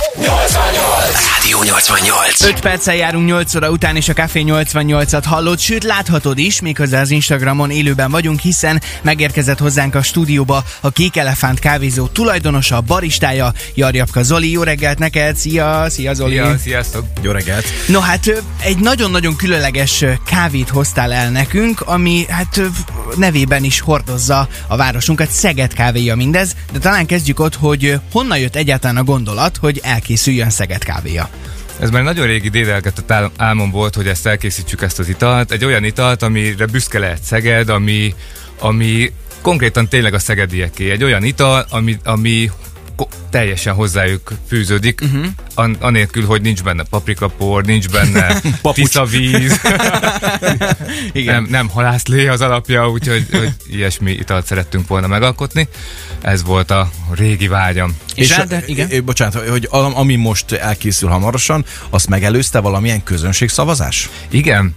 Rádió 88. 5 perccel járunk 8 óra után, és a Café 88-at hallod, sőt láthatod is, méghozzá az Instagramon élőben vagyunk, hiszen megérkezett hozzánk a stúdióba a Kék Elefánt kávézó tulajdonosa, baristája, Jarjabka Zoli. Jó reggelt neked, szia Zoli! Szia, sziasztok! Jó reggelt! No hát egy nagyon-nagyon különleges kávét hoztál el nekünk, ami hát nevében is hordozza a városunkat, Szeged kávéja mindez, de talán kezdjük ott, hogy honnan jött egyáltalán a gondolat, hogy elkészüljön Szeged kávéja. Ez már nagyon régi dédelgetett álmom volt, hogy ezt elkészítsük, ezt az italt. Egy olyan italt, amire büszke lehet Szeged, ami konkrétan tényleg a szegedieké. Egy olyan ital, ami teljesen hozzájuk fűződik, anélkül, hogy nincs benne paprikapor, nincs benne tiszavíz, nem halászlé az alapja, úgyhogy ilyesmi italt szerettünk volna megalkotni. Ez volt a régi vágyam. És igen? Bocsánat, hogy ami most elkészül hamarosan, azt megelőzte valamilyen közönségszavazás? Igen.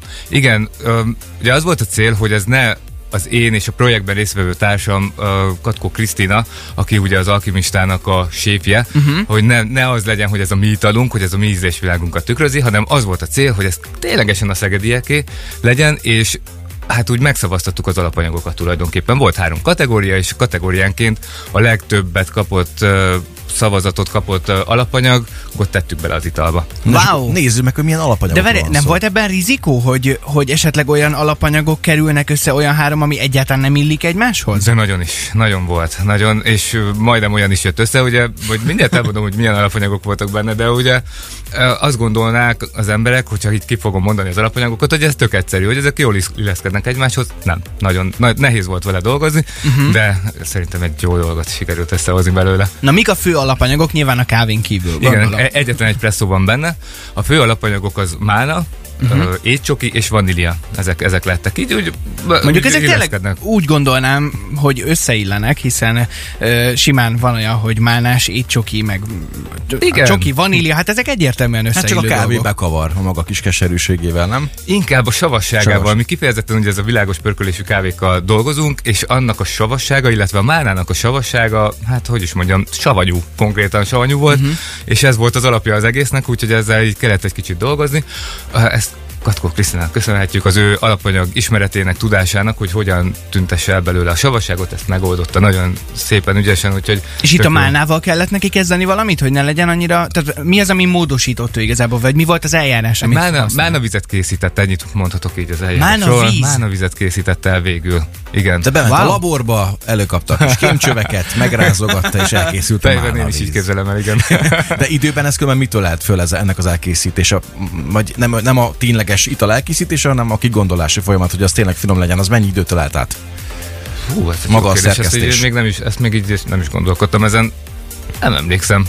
Ugye az volt a cél, hogy ez ne az én és a projektben résztvevő társam, Katkó Krisztina, aki ugye az Alkimistának a séfje, hogy ne az legyen, hogy ez a mi italunk, hogy ez a mi ízlésvilágunkat tükrözi, hanem az volt a cél, hogy ez ténylegesen a szegedieké legyen, és hát úgy megszavaztattuk az alapanyagokat tulajdonképpen. Volt 3 kategória, és kategóriánként a legtöbbet kapott szavazatot kapott alapanyagot tettük bele az italba. Wow! Nézzük meg, hogy milyen alapanyagokról van szó. Nem volt ebben rizikó, hogy esetleg olyan alapanyagok kerülnek össze, olyan 3, ami egyáltalán nem illik egymáshoz? De nagyon volt, és majdnem olyan is jött össze, ugye, hogy mindjárt elmondom, hogy milyen alapanyagok voltak benne, de ugye azt gondolnák az emberek, hogyha itt ki fogom mondani az alapanyagokat, hogy ez tök egyszerű, hogy ezek jól illeszkednek egymáshoz. Nem, nagyon nehéz volt vele dolgozni, de szerintem egy jó dolgot sikerült összehozni belőle. Na, mik a fő alapanyagok, nyilván a kávén kívül? Igen, egyetlen egy presszó van benne. A fő alapanyagok az málna, étcsoki és vanília. Ezek lettek így, úgy mondjuk ezek tényleg úgy gondolnám, hogy összeillenek, hiszen simán van olyan, hogy málnás, étcsoki, meg csoki, vanília, hát ezek egyértelműen összeillő dolgok. Hát csak a kávé dolgok. Bekavar a maga kis keserűségével, nem? Inkább a savasságával. Mi kifejezetten ugye ez a világos pörkölésű kávékkal dolgozunk, és annak a savassága, illetve a málnának a savassága, hát hogy is mondjam, savanyú, konkrétan savanyú volt, és ez volt az alapja az egésznek, úgyhogy ezzel így kellett egy kicsit dolgozni. Ezt Katkó Krisztinának köszönhetjük, az ő alapanyag ismeretének, tudásának, hogy hogyan tüntesse el belőle a savasságot, ezt megoldotta nagyon szépen, ügyesen, úgyhogy... És itt a málnával kellett neki kezdeni valamit, hogy ne legyen annyira... Tehát mi az, ami módosított ő igazából, vagy mi volt az eljárás, amit Málnavizet készített, ennyit mondhatok így az eljárásról. Málnavizet készített el végül. Igen. Te bement a laborba, előkapta a kis kémcsöveket, megrázogatta, és elkészült a málnavíz. Én is így képzelem el, igen. De időben ez különben mitől lehet föl ennek az elkészítése? Vagy nem a tényleges ital elkészítése, hanem a kigondolási folyamat, hogy az tényleg finom legyen, az mennyi időtől állt át? Hú, ez maga a szerkesztés. Ezt még így nem is gondolkodtam ezen. Nem emlékszem.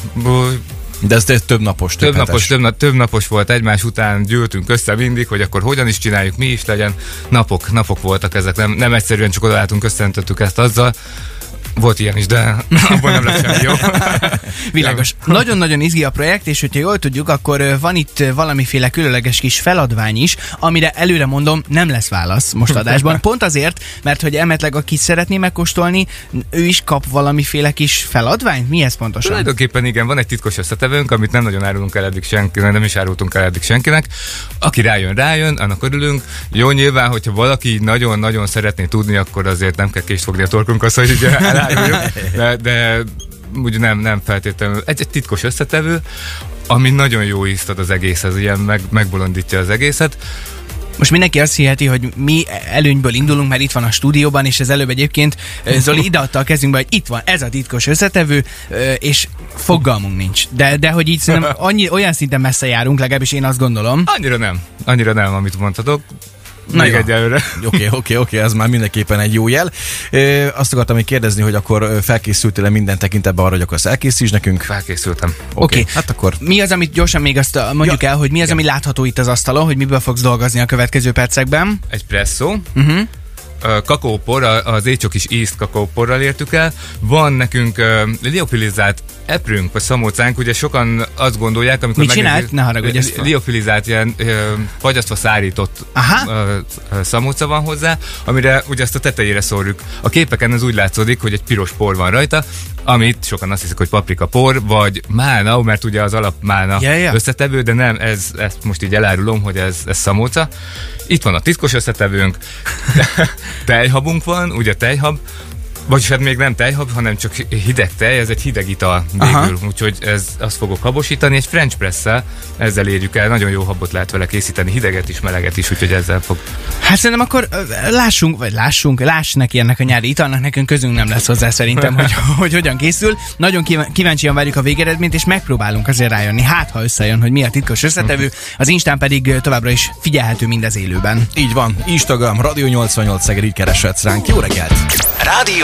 De ez több napos, több napos volt, egymás után gyűltünk össze mindig, hogy akkor hogyan is csináljuk, mi is legyen. Napok voltak ezek, nem egyszerűen csak odaálltunk, összeöntöttük ezt azzal. Volt ilyen is, de abban nem lesz semmi jó. Világos. Nagyon-nagyon izgi a projekt, és hogyha jól tudjuk, akkor van itt valamiféle különleges kis feladvány is, amire előre mondom, nem lesz válasz most adásban. Pont azért, mert hogy emetleg aki szeretné megkóstolni, ő is kap valamiféle kis feladványt? Mi ez pontosan? Tulajdonképpen igen, van egy titkos összetevőnk, amit nem nagyon árulunk el eddig senkinek, nem is árultunk el eddig senkinek. Aki rájön, annak örülünk. Jó, nyilván, hogyha valaki nagyon-nagyon szeretné tudni, akkor azért nem kell kést fogni a torkunkhoz, hogy ugye de úgy nem feltétlenül. Egy titkos összetevő, ami nagyon jó ízt ad az egészhez, ilyen megbolondítja az egészet. Most mindenki azt hiheti, hogy mi előnyből indulunk, mert itt van a stúdióban, és ez előbb egyébként Zoli ideadta a kezünkbe, hogy itt van ez a titkos összetevő, és fogalmunk nincs. De hogy így szerintem olyan szinten messze járunk, legalábbis én azt gondolom. Annyira nem, amit mondhatok. Még egyelőre. Oké, ez már mindenképpen egy jó jel. Azt akartam még kérdezni, hogy akkor felkészültél-e minden tekintetben arra, hogy akarsz elkészíts nekünk? Felkészültem. Oké. Hát akkor... Mi az, amit gyorsan még azt mondjuk el, hogy mi az, ami látható itt az asztalon, hogy miből fogsz dolgozni a következő percekben? Egy presszó. Kakaópor, az étcsokis ízt kakaóporral értük el. Van nekünk liofilizált eprünk, vagy szamócánk, ugye sokan azt gondolják, amikor mit csinált? Ne haragudj, liofilizált, ilyen fagyasztva szárított szamóca van hozzá, amire ugye ezt a tetejére szórjuk. A képeken ez úgy látszódik, hogy egy piros por van rajta, amit sokan azt hiszik, hogy paprikapor, vagy málna, mert ugye az alap málna összetevő, de nem, ezt most így elárulom, hogy ez szamóca. Itt van a titkos összetevőnk, tejhabunk van, ugye tejhab, vagyis hát még nem tejhab, hanem csak hideg tej, ez egy hideg ital végül, úgyhogy azt fogok habosítani, egy French presszel, ezzel érjük el, nagyon jó habot lehet vele készíteni, hideget is, meleget is, úgyhogy ezzel fog. Hát szerintem akkor láss neki ennek a nyári italnak, nekünk közünk nem lesz hozzá szerintem, hogy hogyan készül. Nagyon kíváncsian várjuk a végeredményt, és megpróbálunk azért rájönni, hát ha összejön, hogy mi a titkos összetevő, az Instán pedig továbbra is figyelhető mindez élőben. Így van, Instagram, Radio 88 Szeged, így kereshetsz ránk. Jó reggelt! Rádió!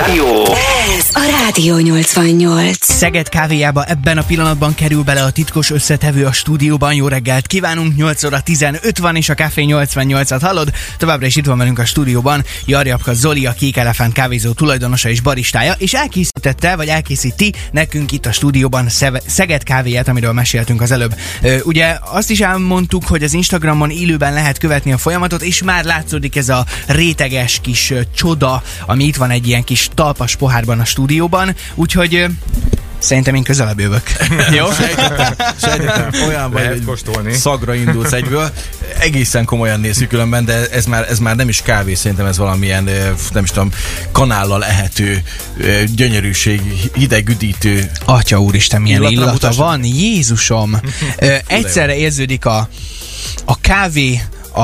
Ez a Rádió 88. Szeged kávéjába ebben a pillanatban kerül bele a titkos összetevő a stúdióban. Jó reggelt kívánunk, 8 óra 15 van, és a Café 88-at hallod. Továbbra is itt van velünk a stúdióban Jarjabka Zoli, a Kék Elefánt kávézó tulajdonosa és baristája, és elkészíti nekünk itt a stúdióban Szeged kávéját, amiről meséltünk az előbb. Ugye azt is elmondtuk, hogy az Instagramon élőben lehet követni a folyamatot, és már látszódik ez a réteges kis csoda, ami itt van egy ilyen kis talpas pohárban a stúdióban, úgyhogy szerintem én közelebb jövök. Jó? Sejtettem, olyan vagy, hogy kóstolni. Szagra indulsz egyből. Egészen komolyan nézzük különben, de ez már nem is kávé, szerintem ez valamilyen, nem is tudom, kanállal ehető, gyönyörűség, hideg üdítő. Atya úristen, milyen illata van, Jézusom! Egyszerre érződik a kávé,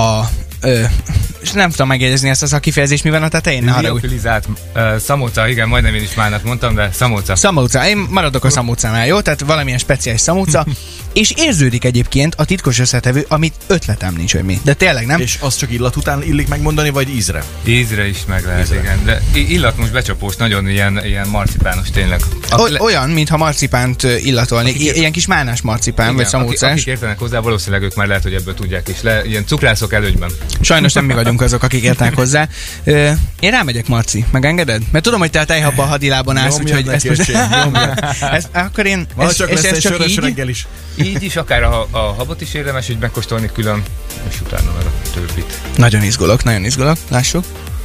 és nem tudom megjegyezni ezt a kifejezést, mi van a tetején? Liofilizált szamóca, igen, majdnem én is málnát mondtam, de szamóca. Szamóca, én maradok a szamócánál, jó? Tehát valamilyen speciális szamóca, és érződik egyébként a titkos összetevő, amit ötletem nincs, hogy mi. De tényleg nem? És az csak illat után illik megmondani, vagy ízre? Ízre is meg lehet, igen. De illat most becsapós, nagyon ilyen marcipános tényleg. Olyan, mintha marcipánt illatolni. Ilyen kis málnás marcipán, igen, vagy szamócás. Akik értenek hozzá, valószínűleg ők már lehet, hogy ebből tudják is le. Ilyen cukrászok előnyben. Sajnos nem mi vagyunk azok, akik értenek hozzá. Én rámegyek, Marci, megengeded? Mert tudom, hogy te a tejhabban hadilában állsz, úgyhogy ezt most... Akkor én... Csak lesz egy sörös reggel is. Így is, akár a habot is érdemes, hogy megkóstolni külön, és utána meg a többit. Nagyon izgulok, lássuk.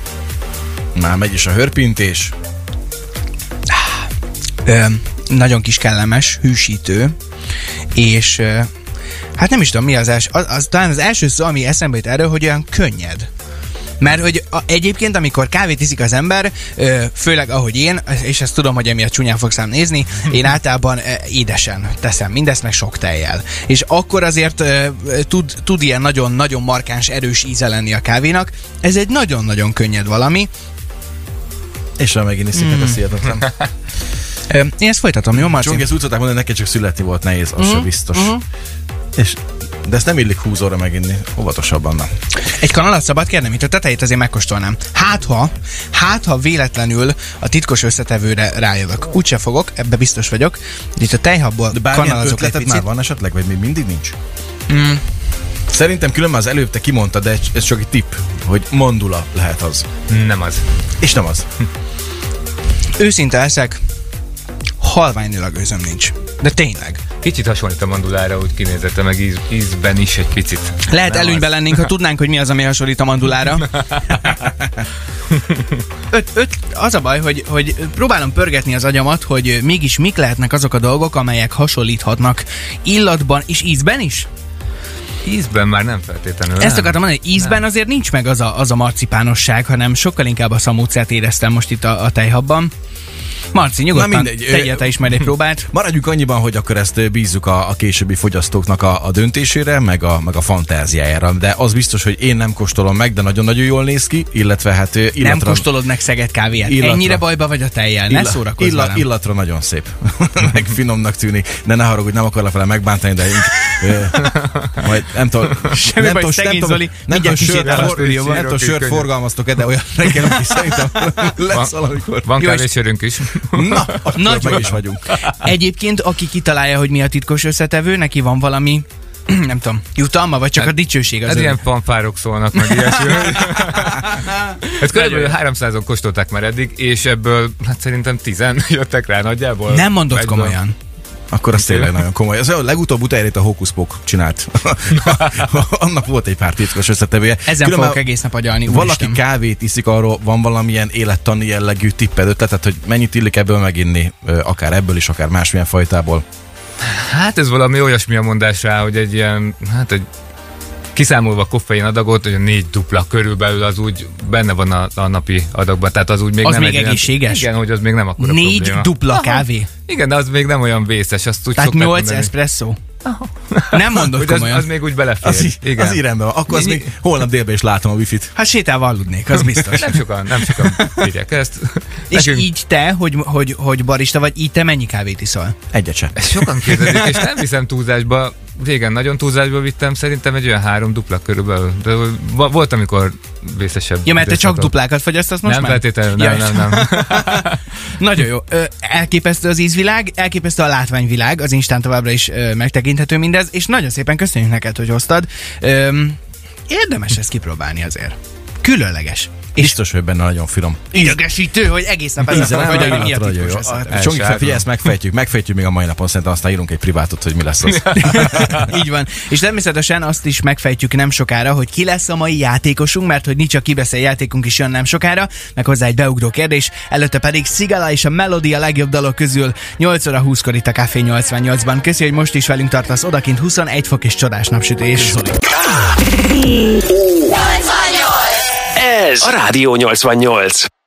Már megy is a hörpintés. Nagyon kis kellemes, hűsítő, és hát nem is tudom mi az talán az első szó, ami eszembe jut erről, hogy olyan könnyed. Mert hogy egyébként, amikor kávét iszik az ember, főleg ahogy én, és ezt tudom, hogy emiatt csúnyán fogsz rám nézni, én általában édesen teszem mindezt, meg sok tejjel. És akkor azért tud ilyen nagyon-nagyon markáns, erős íze lenni a kávénak. Ez egy nagyon-nagyon könnyed valami. És ha megint iszik, hát ezt hihetetlen. Én ezt folytatom, jó, Marci? Csongi, ezt úgy szokták mondani, neked csak születni volt nehéz, az sem biztos. De ezt nem illik 20 óra meginni, óvatosabban nem. Egy kanalat szabad kérnem, itt a tetejét azért megkóstolnám. Hát ha véletlenül a titkos összetevőre rájövök. Úgyse fogok, ebbe biztos vagyok. Itt a tejhabból kanalazok egy picit. Már van esetleg, vagy még mindig nincs? Szerintem különben az előbb te kimondtad, de ez csak egy tipp, hogy mandula lehet az. Nem az. És nem az. Őszinte leszek, halványnőleg gőzöm nincs. De tényleg. Kicsit hasonlít a mandulára, úgy kinézete, meg ízben is egy picit. Lehet előnyben lennénk, ha tudnánk, hogy mi az, ami hasonlít a mandulára. Az a baj, hogy próbálom pörgetni az agyamat, hogy mégis mik lehetnek azok a dolgok, amelyek hasonlíthatnak illatban és ízben is? Ízben már nem feltétlenül. Ezt akartam mondani, hogy ízben azért nincs meg az a marcipánosság, hanem sokkal inkább a szamócát éreztem most itt a tejhabban. Marci, nyugodtan tegyél te is majd egy próbát. Maradjunk annyiban, hogy akkor ezt bízzuk a későbbi fogyasztóknak a döntésére, meg a fantáziájára. De az biztos, hogy én nem kóstolom meg, de nagyon-nagyon jól néz ki, illetve hát illatra... Nem kóstolod meg Szeged kávéját. Ennyire bajba vagy a tejjel, ne szórakozz velem. Illatra nagyon szép, meg finomnak tűnik, de ne haragudj, nem akarlak vele megbántani, de majd nem tudom... Semmi baj, szegény Zoli, mindjárt kisétál a stúdióban. Nem tudom, sört forgalmaztok-e, de olyan reggel, hogy szerintem lesz valamikor. Van kávésörünk is. Na, akkor meg is vagyunk. Egyébként, aki kitalálja, hogy mi a titkos összetevő, neki van valami, nem tudom, jutalma, vagy csak a dicsőség az ez ilyen fanfárok szólnak, meg ilyesmi. Hát körülbelül 300-on kóstolták már eddig, és ebből hát szerintem 10 jöttek rá nagyjából. Nem mondod komolyan. Akkor az tényleg nagyon komoly. Az a legutóbb utoljára a Hocus Pocus csinált. Annak volt egy pár titkos összetevője. Ezen fogok egész nap agyalni. Valaki kávét iszik, arról van valamilyen élettani jellegű tipped, ötletet, hogy mennyit illik ebből meginni, akár ebből is, akár másmilyen fajtából? Hát ez valami olyasmi a mondás rá, hogy egy ilyen, egy kiszámolva a koffein adagot, hogy a 4 dupla körülbelül az úgy benne van a napi adagban, tehát az úgy még az nem még egészséges? Igen, hogy az még nem akkora 4 probléma. dupla kávé? Igen, de az még nem olyan vészes, azt úgy tehát 8 mondani. espresso? Nem mondod komolyan. Az még úgy belefér. Az így rendben van. Akkor az még holnap délben is látom a wifi-t. Hát sétálva aludnék, az biztos. Nem sokan írják ezt. És így te, hogy barista vagy, így te mennyi kávét iszol? Egyet sem. Ezt sokan kérdezik, és nem viszem túlzásba. Régen nagyon túlzásba vittem, szerintem egy olyan 3 dupla körülbelül. De volt, amikor vészesebb. Ja, mert te csak duplákat fogyasztasz most nem már? Feltétlenül, nem. Nagyon jó. Elképesztő az ízvilág, elképesztő a látványvilág, az Instán továbbra is megtekinthető mindez, és nagyon szépen köszönjük neked, hogy hoztad. Érdemes ezt kipróbálni azért. Különleges. Biztos, hogy benne nagyon finom. Idegesítő, hogy egész nap ezen fogok, hogy mi a titkos összetevő. Csongi fel, figyelj, ezt megfejtjük még a mai napon, szerintem aztán írunk egy privátot, hogy mi lesz az. Így van. És természetesen azt is megfejtjük nem sokára, hogy ki lesz a mai játékosunk, mert hogy nincs a kibeszél játékunk is jön nem sokára, meg hozzá egy beugró kérdés, előtte pedig Sigala és a Melody a legjobb dalok közül 8 óra 20-kor itt a Café 88-ban. Köszi, hogy most is velünk tartasz, odakint 21 fok és csodás napsütés. Ez a Rádió 88.